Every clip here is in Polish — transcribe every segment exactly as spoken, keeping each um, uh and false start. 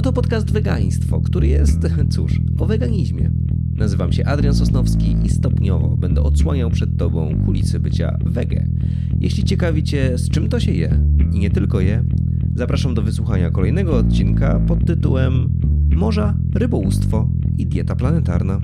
to podcast Wegaństwo, który jest, cóż, o weganizmie. Nazywam się Adrian Sosnowski i stopniowo będę odsłaniał przed Tobą kulisy bycia wege. Jeśli ciekawi Cię, z czym to się je i nie tylko je, zapraszam do wysłuchania kolejnego odcinka pod tytułem Morza, rybołówstwo i dieta planetarna.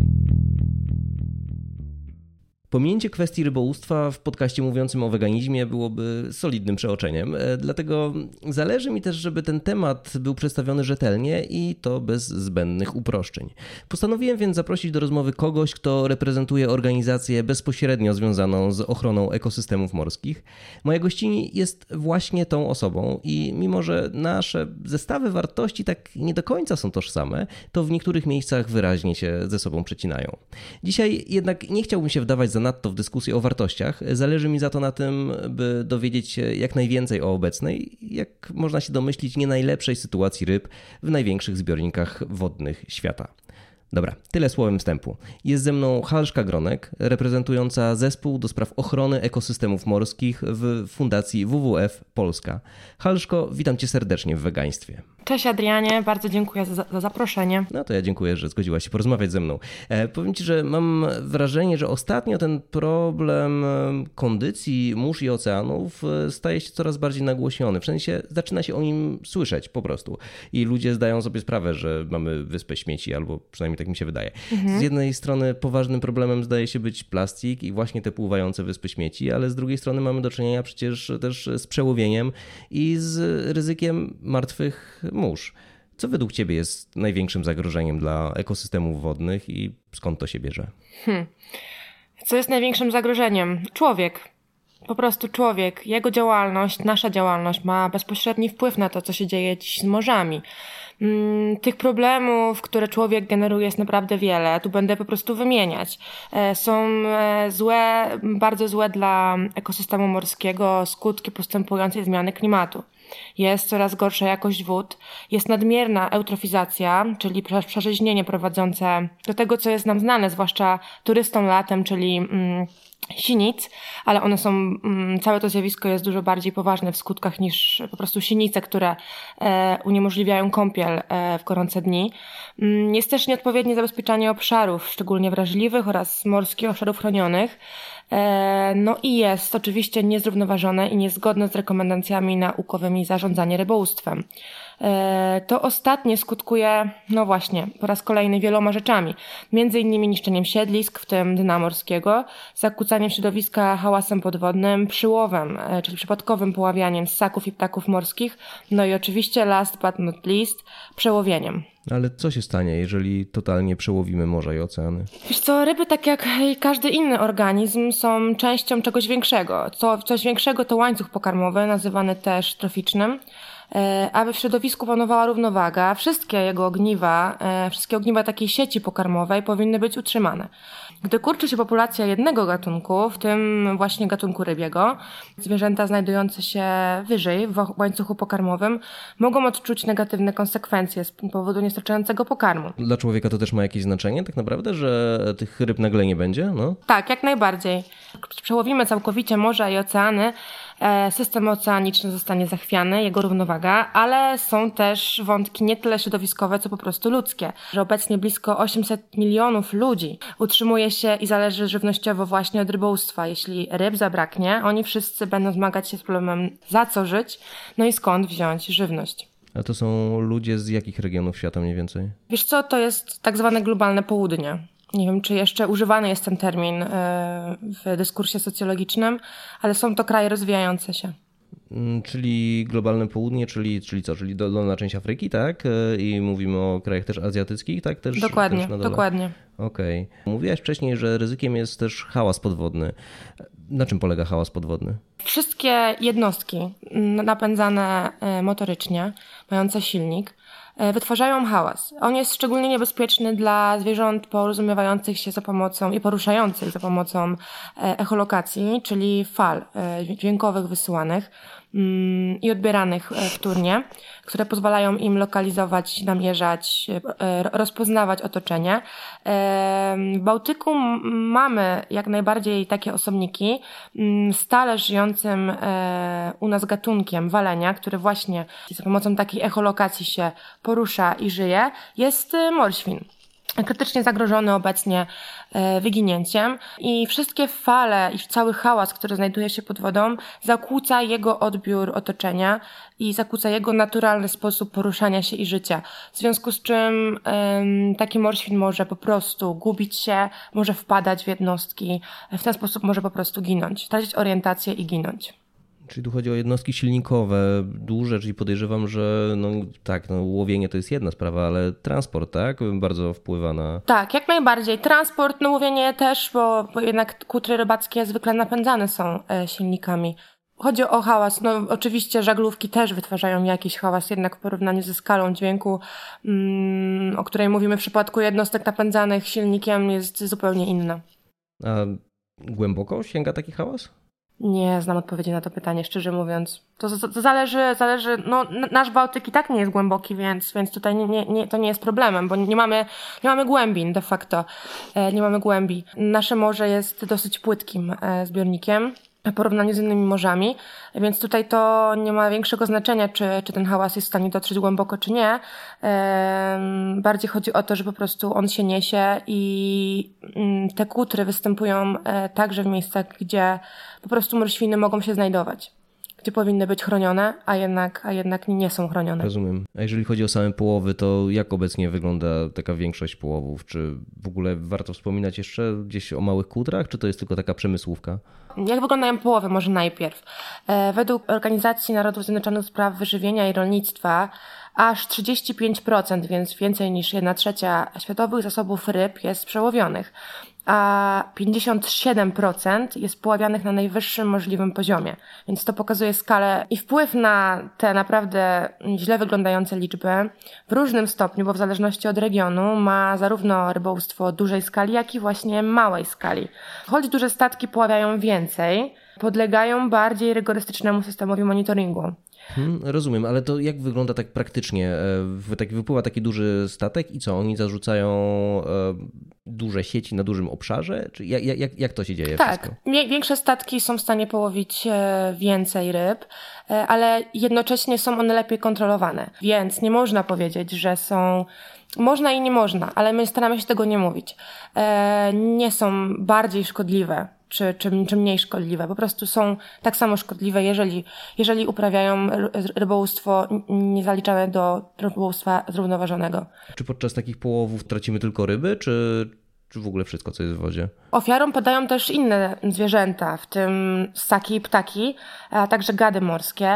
Pominięcie kwestii rybołówstwa w podcaście mówiącym o weganizmie byłoby solidnym przeoczeniem, dlatego zależy mi też, żeby ten temat był przedstawiony rzetelnie i to bez zbędnych uproszczeń. Postanowiłem więc zaprosić do rozmowy kogoś, kto reprezentuje organizację bezpośrednio związaną z ochroną ekosystemów morskich. Moja gościni jest właśnie tą osobą i mimo, że nasze zestawy wartości tak nie do końca są tożsame, to w niektórych miejscach wyraźnie się ze sobą przecinają. Dzisiaj jednak nie chciałbym się wdawać za nadto w dyskusję o wartościach. Zależy mi za to na tym, by dowiedzieć się jak najwięcej o obecnej, jak można się domyślić, nie najlepszej sytuacji ryb w największych zbiornikach wodnych świata. Dobra, tyle słowem wstępu. Jest ze mną Halszka Gronek, reprezentująca zespół do spraw ochrony ekosystemów morskich w Fundacji W W F Polska. Halszko, witam Cię serdecznie w wegaństwie. Cześć Adrianie, bardzo dziękuję za, za zaproszenie. No to ja dziękuję, że zgodziłaś się porozmawiać ze mną. E, powiem Ci, że mam wrażenie, że ostatnio ten problem kondycji mórz i oceanów staje się coraz bardziej nagłośniony. W sensie zaczyna się o nim słyszeć po prostu. I ludzie zdają sobie sprawę, że mamy wyspę śmieci, albo przynajmniej tak mi się wydaje. Mhm. Z jednej strony poważnym problemem zdaje się być plastik i właśnie te pływające wyspy śmieci, ale z drugiej strony mamy do czynienia przecież też z przełowieniem i z ryzykiem martwych mórz. Co według Ciebie jest największym zagrożeniem dla ekosystemów wodnych i skąd to się bierze? Hmm. Co jest największym zagrożeniem? Człowiek. Po prostu człowiek. Jego działalność, nasza działalność ma bezpośredni wpływ na to, co się dzieje dziś z morzami. Tych problemów, które człowiek generuje, jest naprawdę wiele. Tu będę po prostu wymieniać. Są złe, bardzo złe dla ekosystemu morskiego skutki postępującej zmiany klimatu. Jest coraz gorsza jakość wód, jest nadmierna eutrofizacja, czyli przerzeźnienie prowadzące do tego, co jest nam znane, zwłaszcza turystom latem, czyli mm, sinic, ale one są, całe to zjawisko jest dużo bardziej poważne w skutkach niż po prostu sinice, które e, uniemożliwiają kąpiel e, w gorące dni. Jest też nieodpowiednie zabezpieczanie obszarów, szczególnie wrażliwych oraz morskich obszarów chronionych. E, no i jest oczywiście niezrównoważone i niezgodne z rekomendacjami naukowymi zarządzanie rybołówstwem. To ostatnie skutkuje, no właśnie, po raz kolejny wieloma rzeczami. Między innymi niszczeniem siedlisk, w tym dna morskiego, zakłócaniem środowiska hałasem podwodnym, przyłowem, czyli przypadkowym poławianiem ssaków i ptaków morskich, no i oczywiście last but not least, przełowieniem. Ale co się stanie, jeżeli totalnie przełowimy morza i oceany? Wiesz co, ryby, tak jak każdy inny organizm, są częścią czegoś większego. Co, coś większego to łańcuch pokarmowy, nazywany też troficznym. Aby w środowisku panowała równowaga, wszystkie jego ogniwa, wszystkie ogniwa takiej sieci pokarmowej powinny być utrzymane. Gdy kurczy się populacja jednego gatunku, w tym właśnie gatunku rybiego, zwierzęta znajdujące się wyżej w łańcuchu pokarmowym mogą odczuć negatywne konsekwencje z powodu niestarczającego pokarmu. Dla człowieka to też ma jakieś znaczenie tak naprawdę, że tych ryb nagle nie będzie? No? Tak, jak najbardziej. Przełowimy całkowicie morza i oceany, system oceaniczny zostanie zachwiany, jego równowaga, ale są też wątki nie tyle środowiskowe, co po prostu ludzkie. Że obecnie blisko osiemset milionów ludzi utrzymuje się i zależy żywnościowo właśnie od rybołówstwa. Jeśli ryb zabraknie, oni wszyscy będą zmagać się z problemem, za co żyć, no i skąd wziąć żywność. A to są ludzie z jakich regionów świata mniej więcej? Wiesz co, to jest tak zwane globalne południe. Nie wiem, czy jeszcze używany jest ten termin w dyskursie socjologicznym, ale są to kraje rozwijające się. Czyli globalne południe, czyli, czyli co? Czyli dolna część Afryki, tak? I mówimy o krajach też azjatyckich, tak? Też, dokładnie, też na dole. dokładnie. Okej. Okay. Mówiłaś wcześniej, że ryzykiem jest też hałas podwodny. Na czym polega hałas podwodny? Wszystkie jednostki napędzane motorycznie, mające silnik, wytwarzają hałas. On jest szczególnie niebezpieczny dla zwierząt porozumiewających się za pomocą i poruszających za pomocą echolokacji, czyli fal dźwiękowych wysyłanych. i odbieranych wtórnie, które pozwalają im lokalizować, namierzać, rozpoznawać otoczenie. W Bałtyku mamy jak najbardziej takie osobniki. Stale żyjącym u nas gatunkiem walenia, który właśnie za pomocą takiej echolokacji się porusza i żyje, jest morświn. Krytycznie zagrożony obecnie wyginięciem i wszystkie fale i cały hałas, który znajduje się pod wodą, zakłóca jego odbiór otoczenia i zakłóca jego naturalny sposób poruszania się i życia. W związku z czym um, taki morświn może po prostu gubić się, może wpadać w jednostki, w ten sposób może po prostu ginąć, tracić orientację i ginąć. Czyli tu chodzi o jednostki silnikowe, duże, czyli podejrzewam, że no tak, no łowienie to jest jedna sprawa, ale transport, tak? Bardzo wpływa na... Tak, jak najbardziej. Transport, no łowienie też, bo, bo jednak kutry rybackie zwykle napędzane są e, silnikami. Chodzi o hałas. No oczywiście żaglówki też wytwarzają jakiś hałas, jednak w porównaniu ze skalą dźwięku, mm, o której mówimy w przypadku jednostek napędzanych silnikiem, jest zupełnie inna. A głęboko sięga taki hałas? Nie znam odpowiedzi na to pytanie, szczerze mówiąc. To, to, to zależy, zależy, no nasz Bałtyk i tak nie jest głęboki, więc, więc tutaj nie, nie, to nie jest problemem, bo nie mamy, nie mamy głębin de facto, e, nie mamy głębi. Nasze morze jest dosyć płytkim e, zbiornikiem w porównaniu z innymi morzami, więc tutaj to nie ma większego znaczenia, czy, czy ten hałas jest w stanie dotrzeć głęboko, czy nie. Ehm, bardziej chodzi o to, że po prostu on się niesie i mm, te kutry występują e, także w miejscach, gdzie po prostu morświny mogą się znajdować, gdzie powinny być chronione, a jednak, a jednak nie są chronione. Rozumiem. A jeżeli chodzi o same połowy, to jak obecnie wygląda taka większość połowów? Czy w ogóle warto wspominać jeszcze gdzieś o małych kutrach, czy to jest tylko taka przemysłówka? Jak wyglądają połowy może najpierw? E, według Organizacji Narodów Zjednoczonych do Spraw Wyżywienia i Rolnictwa aż trzydzieści pięć procent, więc więcej niż jedna trzecia światowych zasobów ryb jest przełowionych, a pięćdziesiąt siedem procent jest poławianych na najwyższym możliwym poziomie. Więc to pokazuje skalę i wpływ na te naprawdę źle wyglądające liczby w różnym stopniu, bo w zależności od regionu ma zarówno rybołówstwo dużej skali, jak i właśnie małej skali. Choć duże statki poławiają więcej, podlegają bardziej rygorystycznemu systemowi monitoringu. Hmm, rozumiem, ale to jak wygląda tak praktycznie? Tak wypływa taki duży statek i co? Oni zarzucają e, duże sieci na dużym obszarze? Czy jak, jak, jak to się dzieje? Tak, wszystko? Większe statki są w stanie połowić e, więcej ryb, e, ale jednocześnie są one lepiej kontrolowane. Więc nie można powiedzieć, że są... Można i nie można, ale my staramy się tego nie mówić. E, nie są bardziej szkodliwe. Czy, czy, czy mniej szkodliwe. Po prostu są tak samo szkodliwe, jeżeli, jeżeli uprawiają rybołówstwo niezaliczane do rybołówstwa zrównoważonego. Czy podczas takich połowów tracimy tylko ryby, czy, czy w ogóle wszystko, co jest w wodzie? Ofiarą padają też inne zwierzęta, w tym ssaki i ptaki, a także gady morskie.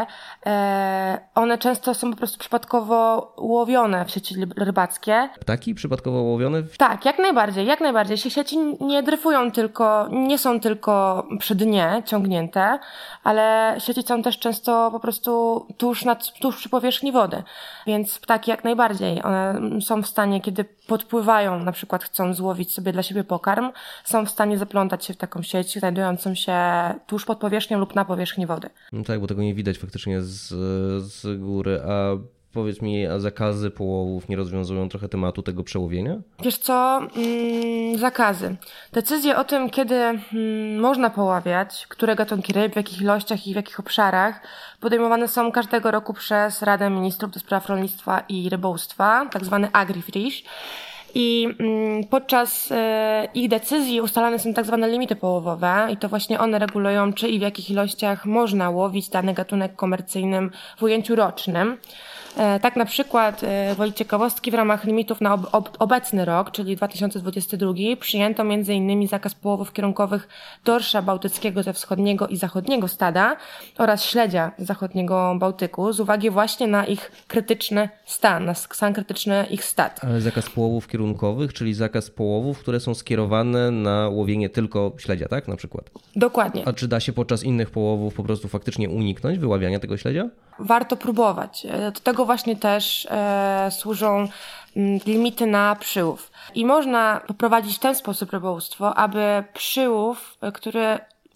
One często są po prostu przypadkowo łowione w sieci rybackie. Ptaki przypadkowo łowione? Tak, jak najbardziej, jak najbardziej. Sieci nie dryfują tylko, nie są tylko przy dnie ciągnięte, ale sieci są też często po prostu tuż, nad, tuż przy powierzchni wody. Więc ptaki jak najbardziej. One są w stanie, kiedy podpływają, na przykład chcą złowić sobie dla siebie pokarm, są w stanie zaplątać się w taką sieć znajdującą się tuż pod powierzchnią lub na powierzchni wody. No tak, bo tego nie widać faktycznie z, z góry. A powiedz mi, a zakazy połowów nie rozwiązują trochę tematu tego przełowienia? Wiesz co? Mm, zakazy. Decyzje o tym, kiedy mm, można poławiać, które gatunki ryb, w jakich ilościach i w jakich obszarach, podejmowane są każdego roku przez Radę Ministrów do Spraw Rolnictwa i Rybołówstwa, tak zwany AgriFish. I podczas ich decyzji ustalane są tak zwane limity połowowe i to właśnie one regulują, czy i w jakich ilościach można łowić dany gatunek komercyjnym w ujęciu rocznym. Tak na przykład, woli ciekawostki, w ramach limitów na ob- ob- obecny rok, czyli dwa tysiące dwudziesty drugi, przyjęto między innymi zakaz połowów kierunkowych dorsza bałtyckiego ze wschodniego i zachodniego stada oraz śledzia z zachodniego Bałtyku z uwagi właśnie na ich krytyczny stan, na stan krytyczny ich stad. Ale zakaz połowów kierunkowych, czyli zakaz połowów, które są skierowane na łowienie tylko śledzia, tak? Na przykład. Dokładnie. A czy da się podczas innych połowów po prostu faktycznie uniknąć wyławiania tego śledzia? Warto próbować. Do tego właśnie też e, służą limity na przyłów. I można poprowadzić w ten sposób rybołówstwo, aby przyłów, który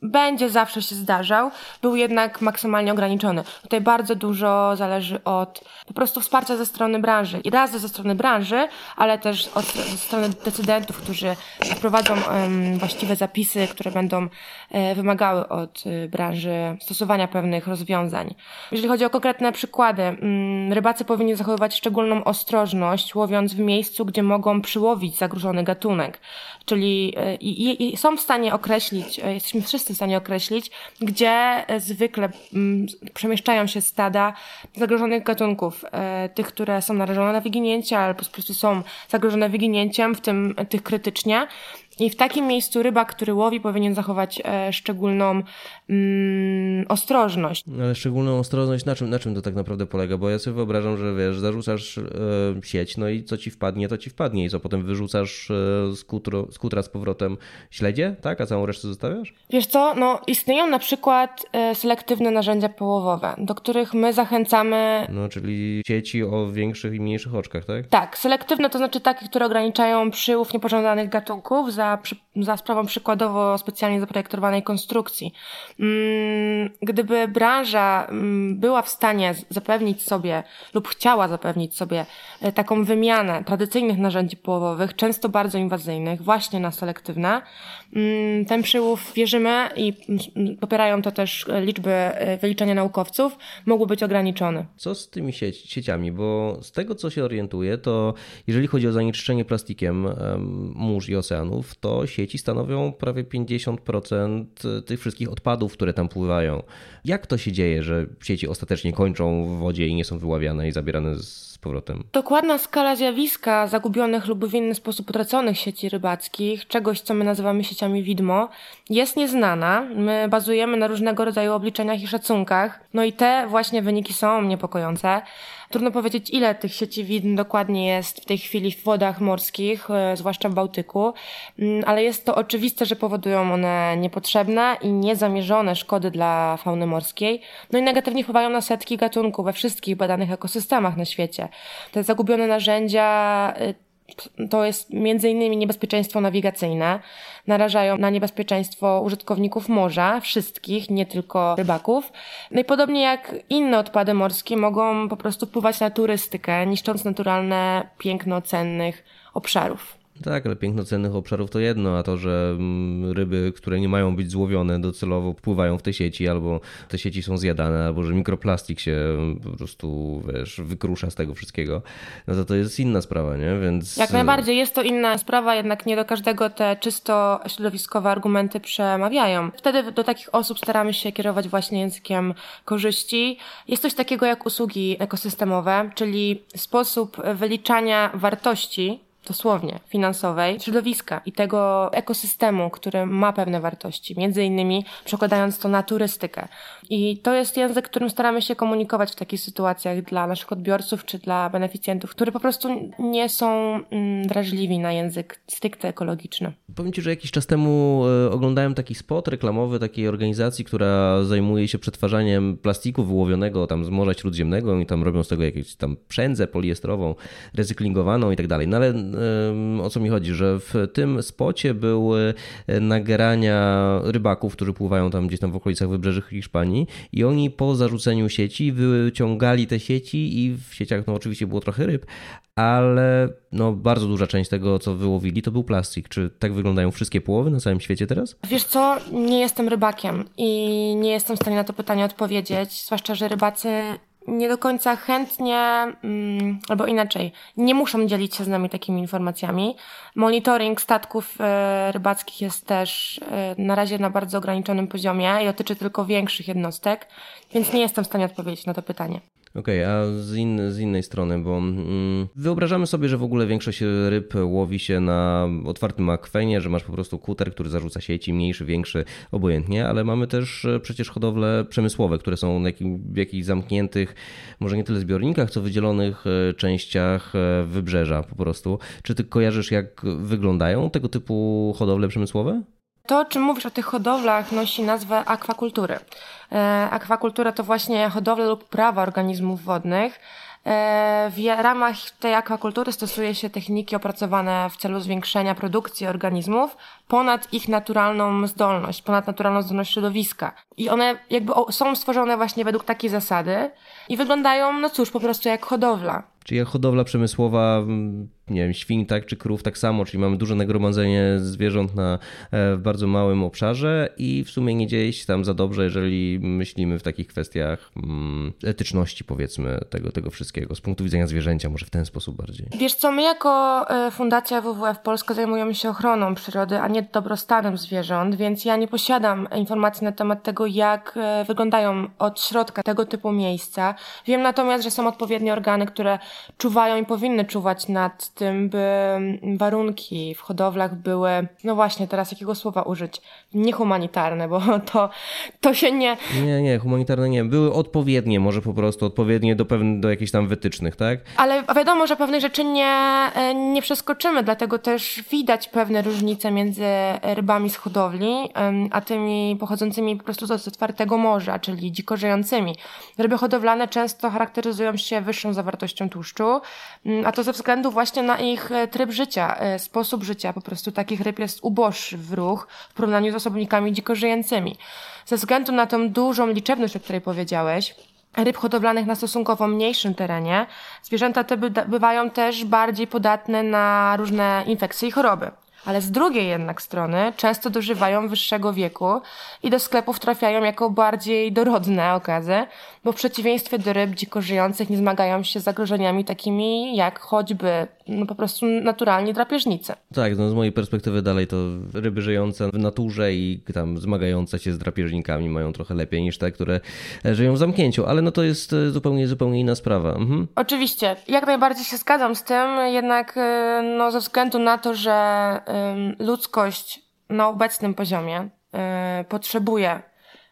będzie zawsze się zdarzał, był jednak maksymalnie ograniczony. Tutaj bardzo dużo zależy od po prostu wsparcia ze strony branży. I raz ze strony branży, ale też od, ze strony decydentów, którzy wprowadzą um, właściwe zapisy, które będą e, wymagały od e, branży stosowania pewnych rozwiązań. Jeżeli chodzi o konkretne przykłady, um, rybacy powinni zachowywać szczególną ostrożność, łowiąc w miejscu, gdzie mogą przyłowić zagrożony gatunek. Czyli e, i, i są w stanie określić, e, jesteśmy wszyscy w stanie określić, gdzie zwykle m, przemieszczają się stada zagrożonych gatunków, e, tych, które są narażone na wyginięcie albo po prostu są zagrożone wyginięciem, w tym tych krytycznie. I w takim miejscu rybak, który łowi, powinien zachować e, szczególną mm, ostrożność. Ale szczególną ostrożność na czym, na czym to tak naprawdę polega? Bo ja sobie wyobrażam, że wiesz, zarzucasz e, sieć, no i co ci wpadnie, to ci wpadnie. I co, potem wyrzucasz e, z, kutro, z kutra z powrotem śledzie, tak? A całą resztę zostawiasz? Wiesz co, no istnieją na przykład e, selektywne narzędzia połowowe, do których my zachęcamy... No, czyli sieci o większych i mniejszych oczkach, tak? Tak, selektywne to znaczy takie, które ograniczają przyłów niepożądanych gatunków za, przy, za sprawą przykładowo specjalnie zaprojektowanej konstrukcji. Gdyby branża była w stanie zapewnić sobie lub chciała zapewnić sobie taką wymianę tradycyjnych narzędzi połowowych, często bardzo inwazyjnych, właśnie na selektywne, ten przyłów, wierzymy i popierają to też liczby wyliczenia naukowców, mógłby być ograniczony. Co z tymi sieć, sieciami? Bo z tego, co się orientuję, to jeżeli chodzi o zanieczyszczenie plastikiem mórz i oceanów, to sieci stanowią prawie pięćdziesiąt procent tych wszystkich odpadów, które tam pływają. Jak to się dzieje, że sieci ostatecznie kończą w wodzie i nie są wyławiane i zabierane z powrotem? Dokładna skala zjawiska zagubionych lub w inny sposób utraconych sieci rybackich, czegoś, co my nazywamy sieciami widmo, jest nieznana. My bazujemy na różnego rodzaju obliczeniach i szacunkach, no i te właśnie wyniki są niepokojące. Trudno powiedzieć, ile tych sieci widm dokładnie jest w tej chwili w wodach morskich, zwłaszcza w Bałtyku, ale jest to oczywiste, że powodują one niepotrzebne i niezamierzone szkody dla fauny morskiej, no i negatywnie wpływają na setki gatunków we wszystkich badanych ekosystemach na świecie. Te zagubione narzędzia to jest między innymi niebezpieczeństwo nawigacyjne, narażają na niebezpieczeństwo użytkowników morza, wszystkich, nie tylko rybaków. No i podobnie jak inne odpady morskie mogą po prostu wpływać na turystykę, niszcząc naturalne piękno cennych obszarów. Tak, ale piękno cennych obszarów to jedno, a to, że ryby, które nie mają być złowione docelowo pływają w te sieci, albo te sieci są zjadane, albo że mikroplastik się po prostu, wiesz, wykrusza z tego wszystkiego, no to to jest inna sprawa, nie? Więc... Jak najbardziej jest to inna sprawa, jednak nie do każdego te czysto środowiskowe argumenty przemawiają. Wtedy do takich osób staramy się kierować właśnie językiem korzyści. Jest coś takiego jak usługi ekosystemowe, czyli sposób wyliczania wartości dosłownie finansowej, środowiska i tego ekosystemu, który ma pewne wartości, między innymi przekładając to na turystykę. I to jest język, którym staramy się komunikować w takich sytuacjach dla naszych odbiorców czy dla beneficjentów, którzy po prostu nie są wrażliwi na język stricte ekologiczny. Powiem Ci, że jakiś czas temu oglądałem taki spot reklamowy takiej organizacji, która zajmuje się przetwarzaniem plastiku wyłowionego tam z Morza Śródziemnego i tam robią z tego jakąś tam przędzę poliestrową, recyklingowaną i tak dalej. No ale o co mi chodzi, że w tym spocie były nagrania rybaków, którzy pływają tam gdzieś tam w okolicach wybrzeży Hiszpanii i oni po zarzuceniu sieci wyciągali te sieci i w sieciach no oczywiście było trochę ryb, ale no bardzo duża część tego, co wyłowili, to był plastik. Czy tak wyglądają wszystkie połowy na całym świecie teraz? Wiesz co, nie jestem rybakiem i nie jestem w stanie na to pytanie odpowiedzieć, zwłaszcza, że rybacy nie do końca chętnie, mm, albo inaczej, nie muszą dzielić się z nami takimi informacjami. Monitoring statków e, rybackich jest też e, na razie na bardzo ograniczonym poziomie i dotyczy tylko większych jednostek, więc nie jestem w stanie odpowiedzieć na to pytanie. Okej, okay, a z, in, z innej strony, bo mm, wyobrażamy sobie, że w ogóle większość ryb łowi się na otwartym akwenie, że masz po prostu kuter, który zarzuca sieci, mniejszy, większy, obojętnie, ale mamy też przecież hodowle przemysłowe, które są w, jakim, w jakichś zamkniętych, może nie tyle zbiornikach, co wydzielonych częściach wybrzeża po prostu. Czy ty kojarzysz, jak wyglądają tego typu hodowle przemysłowe? To, o czym mówisz o tych hodowlach, nosi nazwę akwakultury. Akwakultura to właśnie hodowla lub uprawa organizmów wodnych W ramach tej akwakultury stosuje się techniki opracowane w celu zwiększenia produkcji organizmów ponad ich naturalną zdolność, ponad naturalną zdolność środowiska. I one jakby są stworzone właśnie według takiej zasady i wyglądają, no cóż, po prostu jak hodowla. Czyli jak hodowla przemysłowa, nie wiem, świń, tak, czy krów tak samo, czyli mamy duże nagromadzenie zwierząt na w bardzo małym obszarze i w sumie nie dzieje się tam za dobrze, jeżeli myślimy w takich kwestiach mm, etyczności, powiedzmy, tego, tego wszystkiego, z punktu widzenia zwierzęcia, może w ten sposób bardziej. Wiesz co, my jako Fundacja W W F Polska zajmujemy się ochroną przyrody, a nie dobrostanem zwierząt, więc ja nie posiadam informacji na temat tego, jak wyglądają od środka tego typu miejsca. Wiem natomiast, że są odpowiednie organy, które czuwają i powinny czuwać nad tym, by warunki w hodowlach były, no właśnie, teraz jakiego słowa użyć? Niehumanitarne, bo to, to się nie... Nie, nie, humanitarne nie. Były odpowiednie, może po prostu odpowiednie do pewnych, do jakichś tam wytycznych, tak? Ale wiadomo, że pewnych rzeczy nie, nie przeskoczymy, dlatego też widać pewne różnice między rybami z hodowli, a tymi pochodzącymi po prostu z otwartego morza, czyli dziko żyjącymi. Ryby hodowlane często charakteryzują się wyższą zawartością tłuszczu, a to ze względu właśnie na ich tryb życia, sposób życia. Po prostu takich ryb jest uboższy w ruch w porównaniu z osobnikami dziko żyjącymi. Ze względu na tą dużą liczebność, o której powiedziałeś, ryb hodowlanych na stosunkowo mniejszym terenie, zwierzęta te bywają też bardziej podatne na różne infekcje i choroby. Ale z drugiej jednak strony często dożywają wyższego wieku i do sklepów trafiają jako bardziej dorodne okazy, bo w przeciwieństwie do ryb dziko żyjących nie zmagają się z zagrożeniami takimi jak choćby no po prostu naturalni drapieżnicy. Tak, no z mojej perspektywy dalej to ryby żyjące w naturze i tam zmagające się z drapieżnikami mają trochę lepiej niż te, które żyją w zamknięciu, ale no to jest zupełnie, zupełnie inna sprawa. Mhm. Oczywiście, jak najbardziej się zgadzam z tym, jednak no ze względu na to, że ludzkość na obecnym poziomie potrzebuje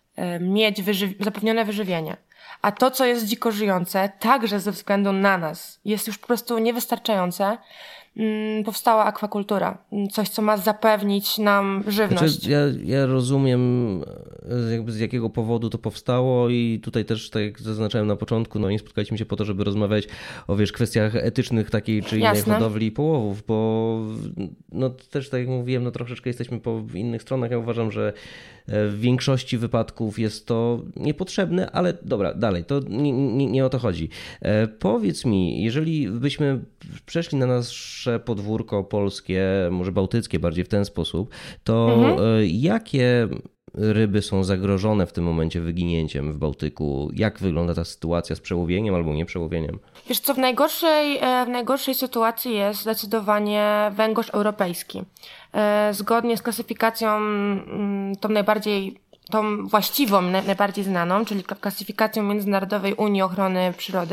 mieć wyżyw- zapewnione wyżywienie, a to, co jest dziko żyjące, także ze względu na nas, jest już po prostu niewystarczające, powstała akwakultura. Coś, co ma zapewnić nam żywność. Znaczy, ja, ja rozumiem, jakby z jakiego powodu to powstało i tutaj też, tak jak zaznaczałem na początku, no nie spotkaliśmy się po to, żeby rozmawiać o wiesz, kwestiach etycznych takiej czy innej Jasne. hodowli i połowów, bo no też tak jak mówiłem, no troszeczkę jesteśmy po innych stronach. Ja uważam, że w większości wypadków jest to niepotrzebne, ale dobra, dalej, to nie, nie, nie o to chodzi. E, powiedz mi, jeżeli byśmy przeszli na nasze podwórko polskie, może bałtyckie bardziej w ten sposób, to mhm. e, jakie ryby są zagrożone w tym momencie wyginięciem w Bałtyku? Jak wygląda ta sytuacja z przełowieniem albo nieprzełowieniem? Wiesz co, w najgorszej, w najgorszej sytuacji jest zdecydowanie węgorz europejski. Zgodnie z klasyfikacją tą najbardziej, tą właściwą, najbardziej znaną, czyli klasyfikacją Międzynarodowej Unii Ochrony Przyrody,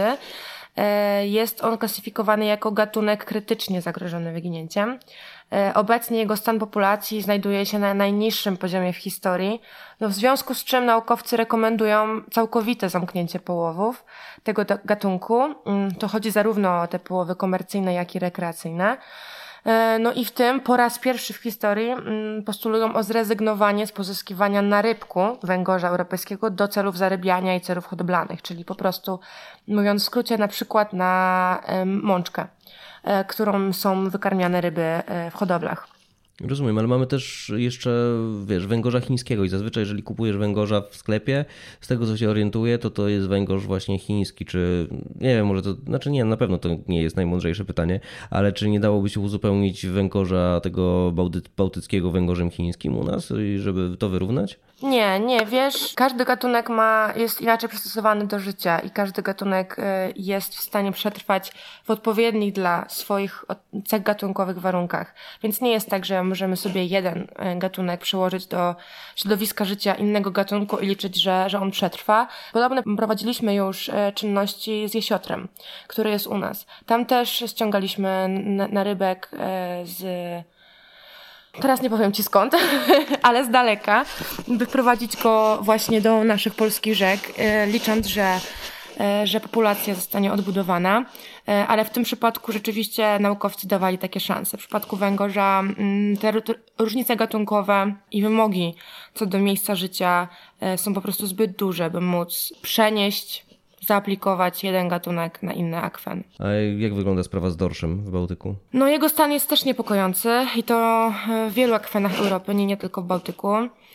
jest on klasyfikowany jako gatunek krytycznie zagrożony wyginięciem. Obecnie jego stan populacji znajduje się na najniższym poziomie w historii, no w związku z czym naukowcy rekomendują całkowite zamknięcie połowów tego gatunku. To chodzi zarówno o te połowy komercyjne, jak i rekreacyjne. No i w tym po raz pierwszy w historii postulują o zrezygnowanie z pozyskiwania na rybku węgorza europejskiego do celów zarybiania i celów hodowlanych, czyli po prostu, mówiąc w skrócie, na przykład na mączkę, którą są wykarmiane ryby w hodowlach. Rozumiem, ale mamy też jeszcze, wiesz, węgorza chińskiego i zazwyczaj jeżeli kupujesz węgorza w sklepie, z tego co się orientuję, to to jest węgorz właśnie chiński, czy nie wiem, może to, znaczy nie, na pewno to nie jest najmądrzejsze pytanie, ale czy nie dałoby się uzupełnić węgorza tego bałty, bałtyckiego węgorzem chińskim u nas, żeby to wyrównać? Nie, nie, wiesz, każdy gatunek ma, jest inaczej przystosowany do życia i każdy gatunek jest w stanie przetrwać w odpowiednich dla swoich cech gatunkowych warunkach. Więc nie jest tak, że możemy sobie jeden gatunek przełożyć do środowiska życia innego gatunku i liczyć, że, że on przetrwa. Podobne prowadziliśmy już czynności z jesiotrem, który jest u nas. Tam też ściągaliśmy na, na rybek z... Teraz nie powiem ci skąd, ale z daleka, by wprowadzić go właśnie do naszych polskich rzek, licząc, że, że populacja zostanie odbudowana. Ale w tym przypadku rzeczywiście naukowcy dawali takie szanse. W przypadku węgorza te różnice gatunkowe i wymogi co do miejsca życia są po prostu zbyt duże, by móc przenieść zaaplikować jeden gatunek na inny akwen. A jak wygląda sprawa z dorszem w Bałtyku? No jego stan jest też niepokojący i to w wielu akwenach Europy, nie, nie tylko w Bałtyku.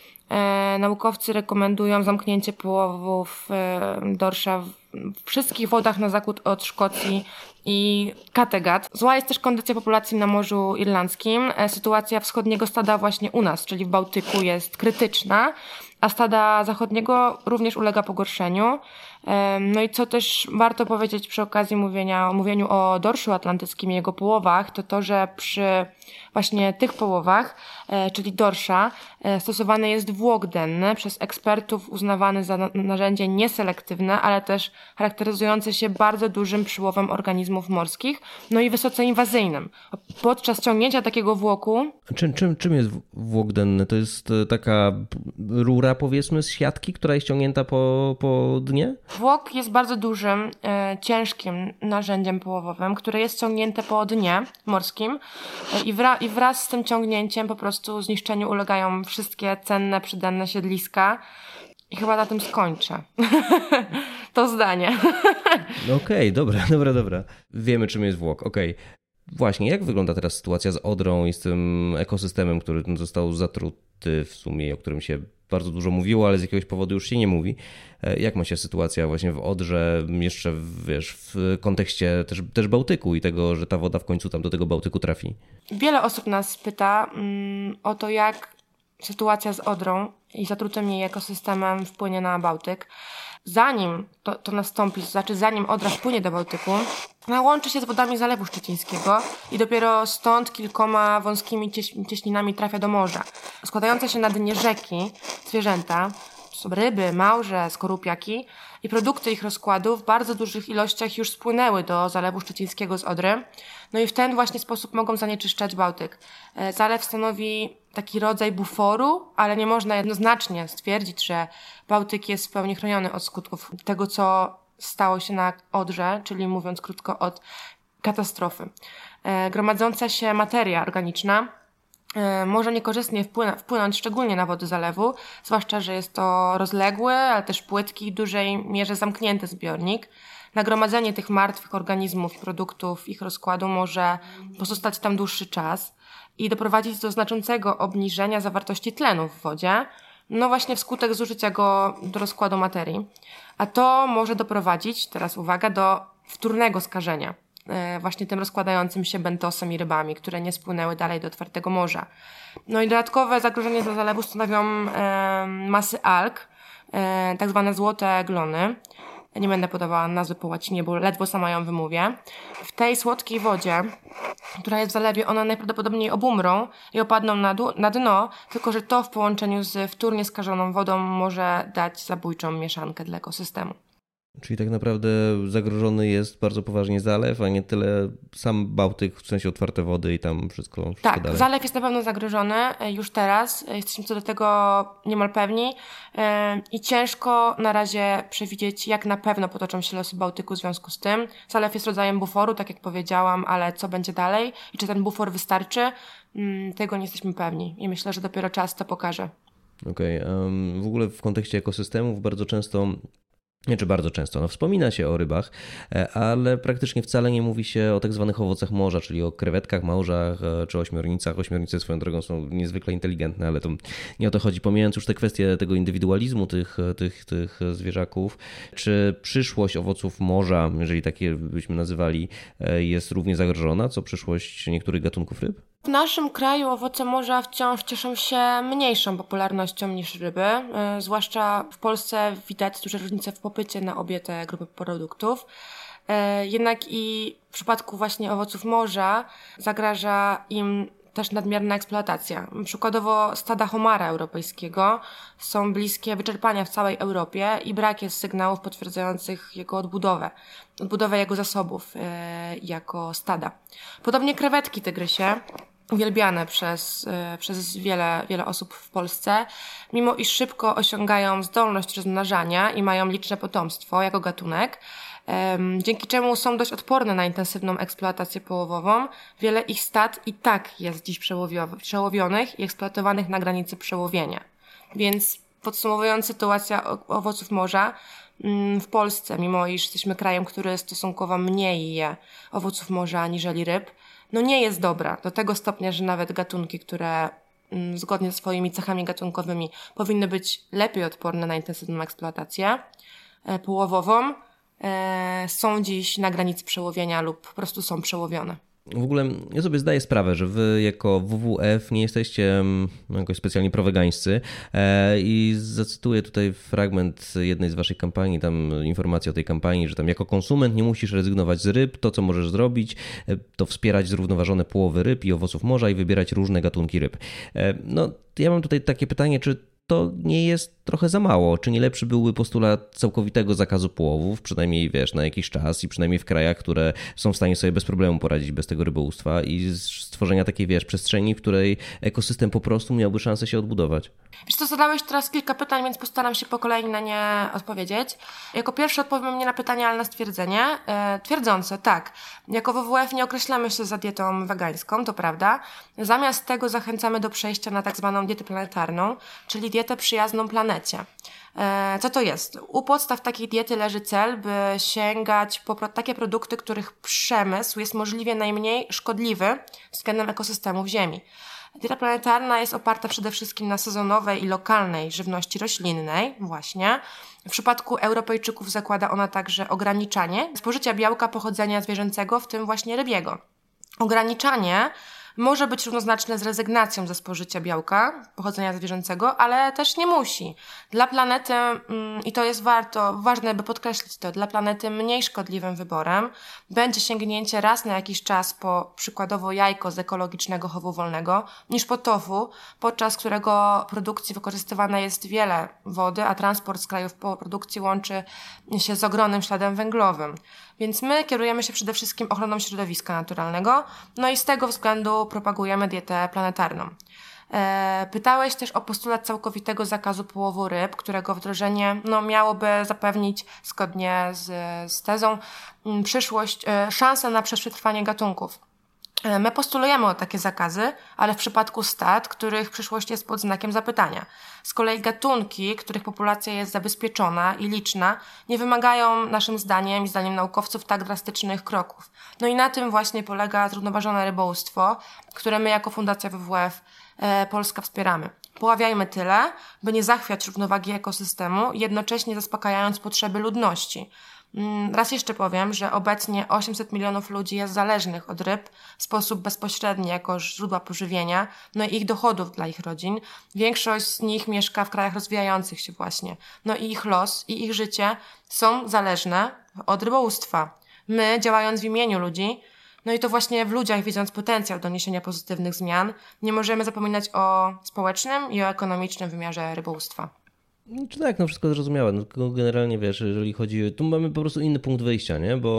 E, naukowcy rekomendują zamknięcie połowów e, dorsza w wszystkich wodach na zachód od Szkocji i Kattegat. Zła jest też kondycja populacji na Morzu Irlandzkim. E, sytuacja wschodniego stada właśnie u nas, czyli w Bałtyku, jest krytyczna, a stada zachodniego również ulega pogorszeniu. No i co też warto powiedzieć przy okazji mówienia, mówieniu o dorszu atlantyckim i jego połowach, to to, że przy właśnie tych połowach, czyli dorsza, stosowany jest włok denny, przez ekspertów uznawany za narzędzie nieselektywne, ale też charakteryzujące się bardzo dużym przyłowem organizmów morskich, no i wysoce inwazyjnym. Podczas ciągnięcia takiego włoku... Czym, czym, czym jest włok denny? To jest taka rura, powiedzmy, z siatki, która jest ciągnięta po, po dnie? Włok jest bardzo dużym, e, ciężkim narzędziem połowowym, które jest ciągnięte po dnie morskim e, i, wra- i wraz z tym ciągnięciem po prostu zniszczeniu ulegają wszystkie cenne, przydenne siedliska. I chyba na tym skończę. To zdanie. Okej, okay, dobra, dobra, dobra. Wiemy, czym jest włok. Okej. Okay. Właśnie, jak wygląda teraz sytuacja z Odrą i z tym ekosystemem, który został zatruty w sumie, o którym się bardzo dużo mówiło, ale z jakiegoś powodu już się nie mówi. Jak ma się sytuacja właśnie w Odrze, jeszcze wiesz, w kontekście też, też Bałtyku i tego, że ta woda w końcu tam do tego Bałtyku trafi? Wiele osób nas pyta mm, o to, jak sytuacja z Odrą i zatrutym jej ekosystemem wpłynie na Bałtyk. Zanim to, to nastąpi, to znaczy zanim Odra wpłynie do Bałtyku, łączy się z wodami Zalewu Szczecińskiego i dopiero stąd kilkoma wąskimi cieś- cieśninami trafia do morza. Składające się na dnie rzeki zwierzęta, to są ryby, małże, skorupiaki i produkty ich rozkładu w bardzo dużych ilościach już spłynęły do Zalewu Szczecińskiego z Odry. No i w ten właśnie sposób mogą zanieczyszczać Bałtyk. Zalew stanowi taki rodzaj buforu, ale nie można jednoznacznie stwierdzić, że Bałtyk jest w pełni chroniony od skutków tego, co stało się na Odrze, czyli mówiąc krótko, od katastrofy. Gromadząca się materia organiczna może niekorzystnie wpłyna, wpłynąć szczególnie na wody zalewu, zwłaszcza, że jest to rozległy, ale też płytki i w dużej mierze zamknięty zbiornik. Nagromadzenie tych martwych organizmów i produktów ich rozkładu może pozostać tam dłuższy czas i doprowadzić do znaczącego obniżenia zawartości tlenu w wodzie, no właśnie wskutek zużycia go do rozkładu materii. A to może doprowadzić, teraz uwaga, do wtórnego skażenia, właśnie tym rozkładającym się bentosem i rybami, które nie spłynęły dalej do otwartego morza. No i dodatkowe zagrożenie dla zalewu stanowią e, masy alg, e, tak zwane złote glony. Nie będę podawała nazwy po łacinie, bo ledwo sama ją wymówię. W tej słodkiej wodzie, która jest w zalewie, one najprawdopodobniej obumrą i opadną na, du- na dno, tylko że to w połączeniu z wtórnie skażoną wodą może dać zabójczą mieszankę dla ekosystemu. Czyli tak naprawdę zagrożony jest bardzo poważnie zalew, a nie tyle sam Bałtyk, w sensie otwarte wody i tam wszystko, wszystko tak, dalej. Zalew jest na pewno zagrożony już teraz. Jesteśmy co do tego niemal pewni i ciężko na razie przewidzieć, jak na pewno potoczą się losy Bałtyku w związku z tym. Zalew jest rodzajem buforu, tak jak powiedziałam, ale co będzie dalej i czy ten bufor wystarczy, tego nie jesteśmy pewni i myślę, że dopiero czas to pokaże. Okej, okay. um, w ogóle w kontekście ekosystemów bardzo często Nie, czy bardzo często. No, wspomina się o rybach, ale praktycznie wcale nie mówi się o tak zwanych owocach morza, czyli o krewetkach, małżach czy ośmiornicach. Ośmiornice swoją drogą są niezwykle inteligentne, ale to nie o to chodzi. Pomijając już te kwestie tego indywidualizmu tych, tych, tych zwierzaków, czy przyszłość owoców morza, jeżeli takie byśmy nazywali, jest równie zagrożona, co przyszłość niektórych gatunków ryb? W naszym kraju owoce morza wciąż cieszą się mniejszą popularnością niż ryby. Zwłaszcza w Polsce widać duże różnice w popycie na obie te grupy produktów. Jednak i w przypadku właśnie owoców morza zagraża im też nadmierna eksploatacja. Przykładowo stada homara europejskiego są bliskie wyczerpania w całej Europie i brak jest sygnałów potwierdzających jego odbudowę, odbudowę jego zasobów e, jako stada. Podobnie krewetki tygrysie, uwielbiane przez, e, przez wiele, wiele osób w Polsce, mimo iż szybko osiągają zdolność rozmnażania i mają liczne potomstwo jako gatunek, dzięki czemu są dość odporne na intensywną eksploatację połowową. Wiele ich stad i tak jest dziś przełowionych i eksploatowanych na granicy przełowienia. Więc podsumowując, sytuacja owoców morza w Polsce, mimo iż jesteśmy krajem, który stosunkowo mniej je owoców morza aniżeli ryb, no nie jest dobra. Do tego stopnia, że nawet gatunki, które zgodnie ze swoimi cechami gatunkowymi powinny być lepiej odporne na intensywną eksploatację połowową, są dziś na granicy przełowienia lub po prostu są przełowione. W ogóle ja sobie zdaję sprawę, że wy jako W W F nie jesteście no, jakoś specjalnie prowegańscy i zacytuję tutaj fragment jednej z waszej kampanii, tam informacja o tej kampanii, że tam jako konsument nie musisz rezygnować z ryb, to co możesz zrobić to wspierać zrównoważone połowy ryb i owoców morza i wybierać różne gatunki ryb. No ja mam tutaj takie pytanie, czy to nie jest trochę za mało? Czy nie lepszy byłby postulat całkowitego zakazu połowów, przynajmniej wiesz, na jakiś czas i przynajmniej w krajach, które są w stanie sobie bez problemu poradzić bez tego rybołówstwa i stworzenia takiej, wiesz, przestrzeni, w której ekosystem po prostu miałby szansę się odbudować? Wiesz co, zadałeś teraz kilka pytań, więc postaram się po kolei na nie odpowiedzieć. Jako pierwszy odpowiem nie na pytanie, ale na stwierdzenie. E, twierdzące, tak. Jako W W F nie określamy się za dietą wegańską, to prawda. Zamiast tego zachęcamy do przejścia na tak zwaną dietę planetarną, czyli dietę przyjazną planecie. E, co to jest? U podstaw takiej diety leży cel, by sięgać po pro- takie produkty, których przemysł jest możliwie najmniej szkodliwy względem ekosystemów Ziemi. Dieta planetarna jest oparta przede wszystkim na sezonowej i lokalnej żywności roślinnej, właśnie. W przypadku Europejczyków zakłada ona także ograniczanie spożycia białka pochodzenia zwierzęcego, w tym właśnie rybiego. Ograniczanie może być równoznaczne z rezygnacją ze spożycia białka pochodzenia zwierzęcego, ale też nie musi. Dla planety, i to jest warto, ważne, by podkreślić to, dla planety mniej szkodliwym wyborem będzie sięgnięcie raz na jakiś czas po przykładowo jajko z ekologicznego chowu wolnego, niż po tofu, podczas którego produkcji wykorzystywane jest wiele wody, a transport z krajów po produkcji łączy się z ogromnym śladem węglowym. Więc my kierujemy się przede wszystkim ochroną środowiska naturalnego, no i z tego względu propagujemy dietę planetarną. E, pytałeś też o postulat całkowitego zakazu połowu ryb, którego wdrożenie no, miałoby zapewnić, zgodnie z, z tezą, m, przyszłość, e, szansę na przetrwanie gatunków. My postulujemy o takie zakazy, ale w przypadku stad, których przyszłość jest pod znakiem zapytania. Z kolei gatunki, których populacja jest zabezpieczona i liczna, nie wymagają naszym zdaniem i zdaniem naukowców tak drastycznych kroków. No i na tym właśnie polega zrównoważone rybołówstwo, które my jako Fundacja W W F e, Polska wspieramy. Poławiajmy tyle, by nie zachwiać równowagi ekosystemu, jednocześnie zaspokajając potrzeby ludności. Raz jeszcze powiem, że obecnie osiemset milionów ludzi jest zależnych od ryb w sposób bezpośredni jako źródła pożywienia, no i ich dochodów dla ich rodzin. Większość z nich mieszka w krajach rozwijających się właśnie. No i ich los i ich życie są zależne od rybołówstwa. My, działając w imieniu ludzi, no i to właśnie w ludziach, widząc potencjał do niesienia pozytywnych zmian, nie możemy zapominać o społecznym i o ekonomicznym wymiarze rybołówstwa. Czy tak, no wszystko zrozumiałe. No, generalnie wiesz, jeżeli chodzi, tu mamy po prostu inny punkt wyjścia, nie? Bo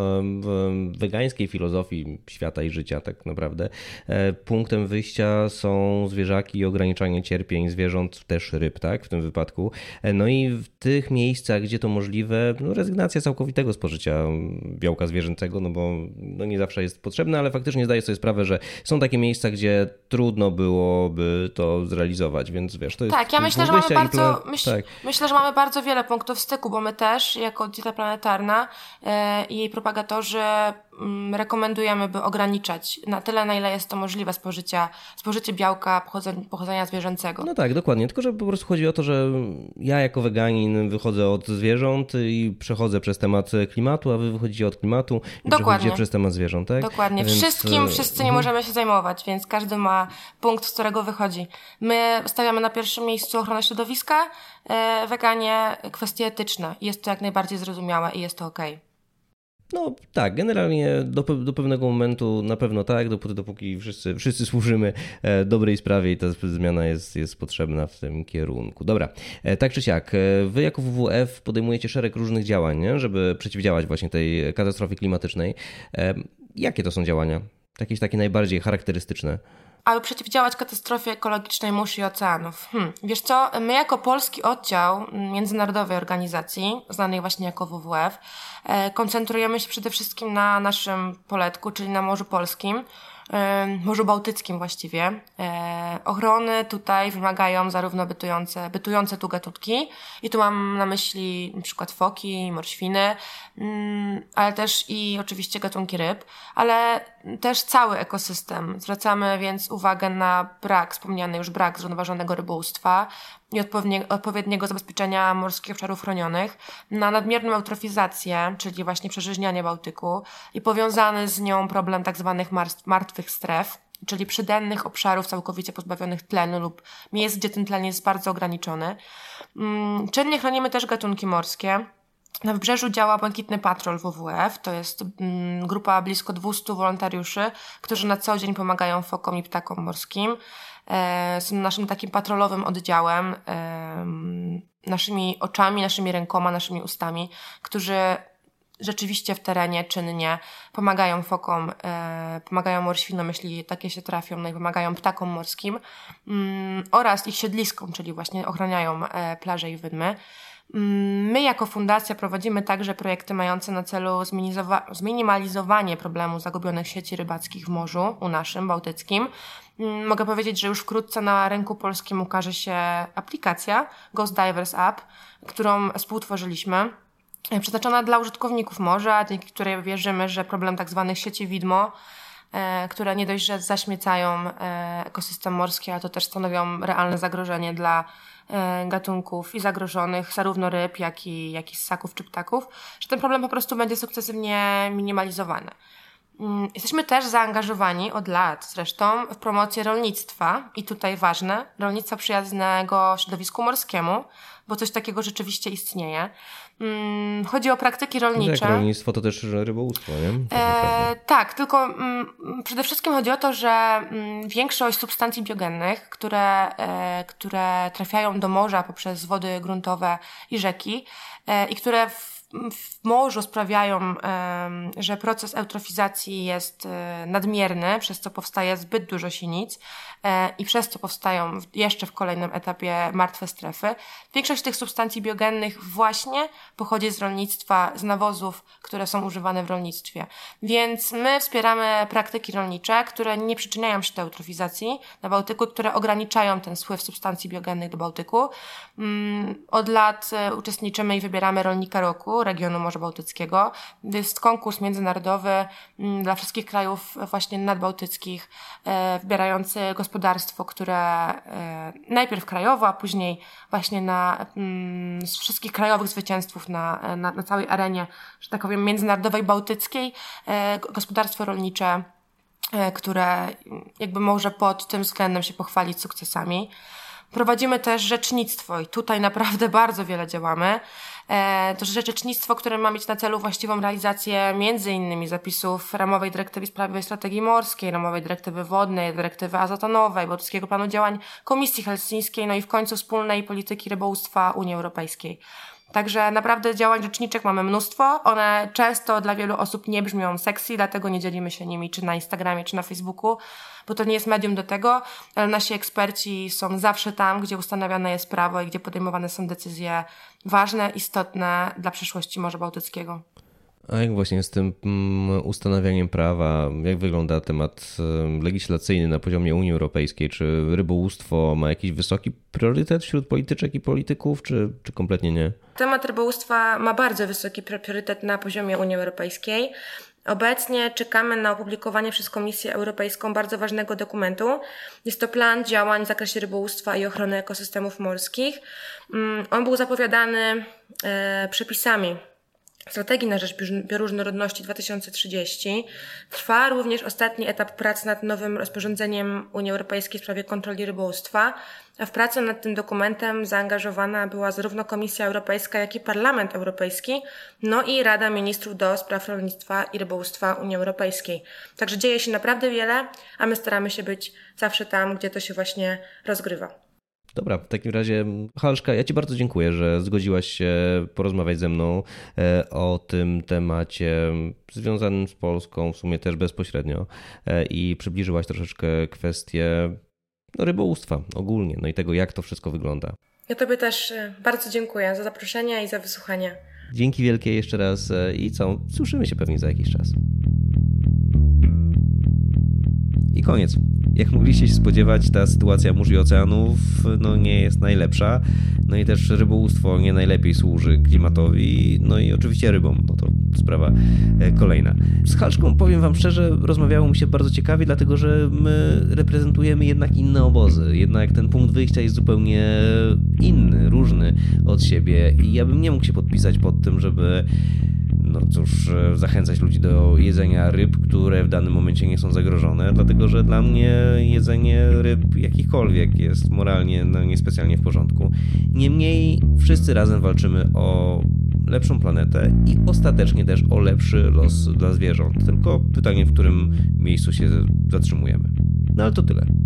w wegańskiej filozofii świata i życia tak naprawdę punktem wyjścia są zwierzaki i ograniczanie cierpień zwierząt, też ryb, tak? W tym wypadku. No i w tych miejscach, gdzie to możliwe, no rezygnacja całkowitego spożycia białka zwierzęcego, no bo no nie zawsze jest potrzebne, ale faktycznie zdaję sobie sprawę, że są takie miejsca, gdzie trudno byłoby to zrealizować, więc wiesz, to jest... Tak, ja myślę, że mamy bardzo... Plan... Myśl, tak. Myślę, że mamy bardzo wiele punktów styku, bo my też, jako dieta planetarna e, i jej propagatorzy m, rekomendujemy, by ograniczać na tyle, na ile jest to możliwe spożycia, spożycie białka pochodzenia, pochodzenia zwierzęcego. No tak, dokładnie. Tylko, że po prostu chodzi o to, że ja jako weganin wychodzę od zwierząt i przechodzę przez temat klimatu, a wy wychodzicie od klimatu i dokładnie. Przechodzicie przez temat zwierząt, tak? Dokładnie. Więc... Wszystkim wszyscy nie możemy się zajmować, więc każdy ma punkt, z którego wychodzi. My stawiamy na pierwszym miejscu ochronę środowiska, weganie kwestie etyczne. Jest to jak najbardziej zrozumiałe i jest to okej. Okay. No tak, generalnie do, do pewnego momentu na pewno tak, dopóty, dopóki wszyscy, wszyscy służymy dobrej sprawie i ta zmiana jest, jest potrzebna w tym kierunku. Dobra, tak czy siak, wy jako W W F podejmujecie szereg różnych działań, nie? Żeby przeciwdziałać właśnie tej katastrofie klimatycznej. Jakie to są działania? Jakieś takie najbardziej charakterystyczne? Aby przeciwdziałać katastrofie ekologicznej mórz i oceanów. Hmm. Wiesz co, my jako polski oddział międzynarodowej organizacji, znanej właśnie jako W W F, koncentrujemy się przede wszystkim na naszym poletku, czyli na Morzu Polskim. Morzu Bałtyckim właściwie. Ochrony tutaj wymagają zarówno bytujące, bytujące tu gatunki i tu mam na myśli na przykład foki, morświny, ale też i oczywiście gatunki ryb, ale też cały ekosystem. Zwracamy więc uwagę na brak, wspomniany już brak zrównoważonego rybołówstwa i odpowiedniego zabezpieczenia morskich obszarów chronionych, na nadmierną eutrofizację, czyli właśnie przeżyźnianie Bałtyku i powiązany z nią problem tak zwanych martwych stref, czyli przydennych obszarów całkowicie pozbawionych tlenu lub miejsc, gdzie ten tlen jest bardzo ograniczony. Czynnie chronimy też gatunki morskie. Na wybrzeżu działa Błękitny Patrol W W F, to jest mm, grupa blisko dwieście wolontariuszy, którzy na co dzień pomagają fokom i ptakom morskim. E, są naszym takim patrolowym oddziałem, e, naszymi oczami, naszymi rękoma, naszymi ustami, którzy rzeczywiście w terenie czynnie pomagają fokom, e, pomagają morświnom, jeśli takie się trafią, no i pomagają ptakom morskim mm, oraz ich siedliskom, czyli właśnie ochraniają e, plaże i wydmy. My jako fundacja prowadzimy także projekty mające na celu zminimalizowanie problemu zagubionych sieci rybackich w morzu, u naszym, bałtyckim. Mogę powiedzieć, że już wkrótce na rynku polskim ukaże się aplikacja Ghost Divers App, którą współtworzyliśmy, przeznaczona dla użytkowników morza, dzięki której wierzymy, że problem tak zwanych sieci widmo, które nie dość, że zaśmiecają ekosystem morski, ale to też stanowią realne zagrożenie dla gatunków i zagrożonych, zarówno ryb, jak i, jak i ssaków czy ptaków, że ten problem po prostu będzie sukcesywnie minimalizowany. Jesteśmy też zaangażowani od lat zresztą w promocję rolnictwa i tutaj ważne, rolnictwa przyjaznego środowisku morskiemu, bo coś takiego rzeczywiście istnieje. Chodzi o praktyki rolnicze. Tak, rolnictwo to też rybołówstwo, nie? E, tak, tylko m, przede wszystkim chodzi o to, że m, większość substancji biogennych, które, e, które trafiają do morza poprzez wody gruntowe i rzeki e, i które w w morzu sprawiają, że proces eutrofizacji jest nadmierny, przez co powstaje zbyt dużo sinic i przez co powstają jeszcze w kolejnym etapie martwe strefy. Większość tych substancji biogennych właśnie pochodzi z rolnictwa, z nawozów, które są używane w rolnictwie. Więc my wspieramy praktyki rolnicze, które nie przyczyniają się do eutrofizacji na Bałtyku, które ograniczają ten spływ substancji biogennych do Bałtyku. Od lat uczestniczymy i wybieramy rolnika roku regionu Morza Bałtyckiego. Jest konkurs międzynarodowy dla wszystkich krajów właśnie nadbałtyckich, wybierający gospodarstwo, które najpierw krajowo, a później właśnie na, z wszystkich krajowych zwycięzców na, na, na całej arenie, że tak powiem, międzynarodowej bałtyckiej, gospodarstwo rolnicze, które jakby może pod tym względem się pochwalić sukcesami. Prowadzimy też rzecznictwo i tutaj naprawdę bardzo wiele działamy. To rzecznictwo, które ma mieć na celu właściwą realizację między innymi zapisów ramowej dyrektywy sprawowej strategii morskiej, ramowej dyrektywy wodnej, dyrektywy azotonowej, Bałtyckiego Planu Działań Komisji Helsińskiej, no i w końcu wspólnej polityki rybołówstwa Unii Europejskiej. Także naprawdę działań rzeczniczych mamy mnóstwo. One często dla wielu osób nie brzmią sexy, dlatego nie dzielimy się nimi czy na Instagramie, czy na Facebooku, bo to nie jest medium do tego, ale nasi eksperci są zawsze tam, gdzie ustanawiane jest prawo i gdzie podejmowane są decyzje ważne, istotne dla przyszłości Morza Bałtyckiego. A jak właśnie z tym ustanawianiem prawa, jak wygląda temat legislacyjny na poziomie Unii Europejskiej? Czy rybołówstwo ma jakiś wysoki priorytet wśród polityczek i polityków, czy, czy kompletnie nie? Temat rybołówstwa ma bardzo wysoki priorytet na poziomie Unii Europejskiej. Obecnie czekamy na opublikowanie przez Komisję Europejską bardzo ważnego dokumentu. Jest to plan działań w zakresie rybołówstwa i ochrony ekosystemów morskich. On był zapowiadany e, przepisami Strategii na rzecz bioróżnorodności dwa tysiące trzydzieści. Trwa również ostatni etap prac nad nowym rozporządzeniem Unii Europejskiej w sprawie kontroli rybołówstwa, a w pracę nad tym dokumentem zaangażowana była zarówno Komisja Europejska, jak i Parlament Europejski, no i Rada Ministrów do spraw rolnictwa i rybołówstwa Unii Europejskiej. Także dzieje się naprawdę wiele, a my staramy się być zawsze tam, gdzie to się właśnie rozgrywa. Dobra, w takim razie Halszka, ja Ci bardzo dziękuję, że zgodziłaś się porozmawiać ze mną o tym temacie związanym z Polską, w sumie też bezpośrednio, i przybliżyłaś troszeczkę kwestię no, rybołówstwa ogólnie, no i tego, jak to wszystko wygląda. Ja Tobie też bardzo dziękuję za zaproszenie i za wysłuchanie. Dzięki wielkie jeszcze raz i co, słyszymy się pewnie za jakiś czas. I koniec. Jak mogliście się spodziewać, ta sytuacja mórz i oceanów no, nie jest najlepsza. No i też rybołówstwo nie najlepiej służy klimatowi. No i oczywiście rybom. No to sprawa kolejna. Z Halszką, powiem wam szczerze, rozmawiało mi się bardzo ciekawie, dlatego że my reprezentujemy jednak inne obozy. Jednak ten punkt wyjścia jest zupełnie inny, różny od siebie i ja bym nie mógł się podpisać pod tym, żeby no cóż, zachęcać ludzi do jedzenia ryb, które w danym momencie nie są zagrożone, dlatego że dla mnie jedzenie ryb jakichkolwiek jest moralnie no, niespecjalnie w porządku. Niemniej wszyscy razem walczymy o lepszą planetę i ostatecznie też o lepszy los dla zwierząt. Tylko pytanie, w którym miejscu się zatrzymujemy. No ale to tyle.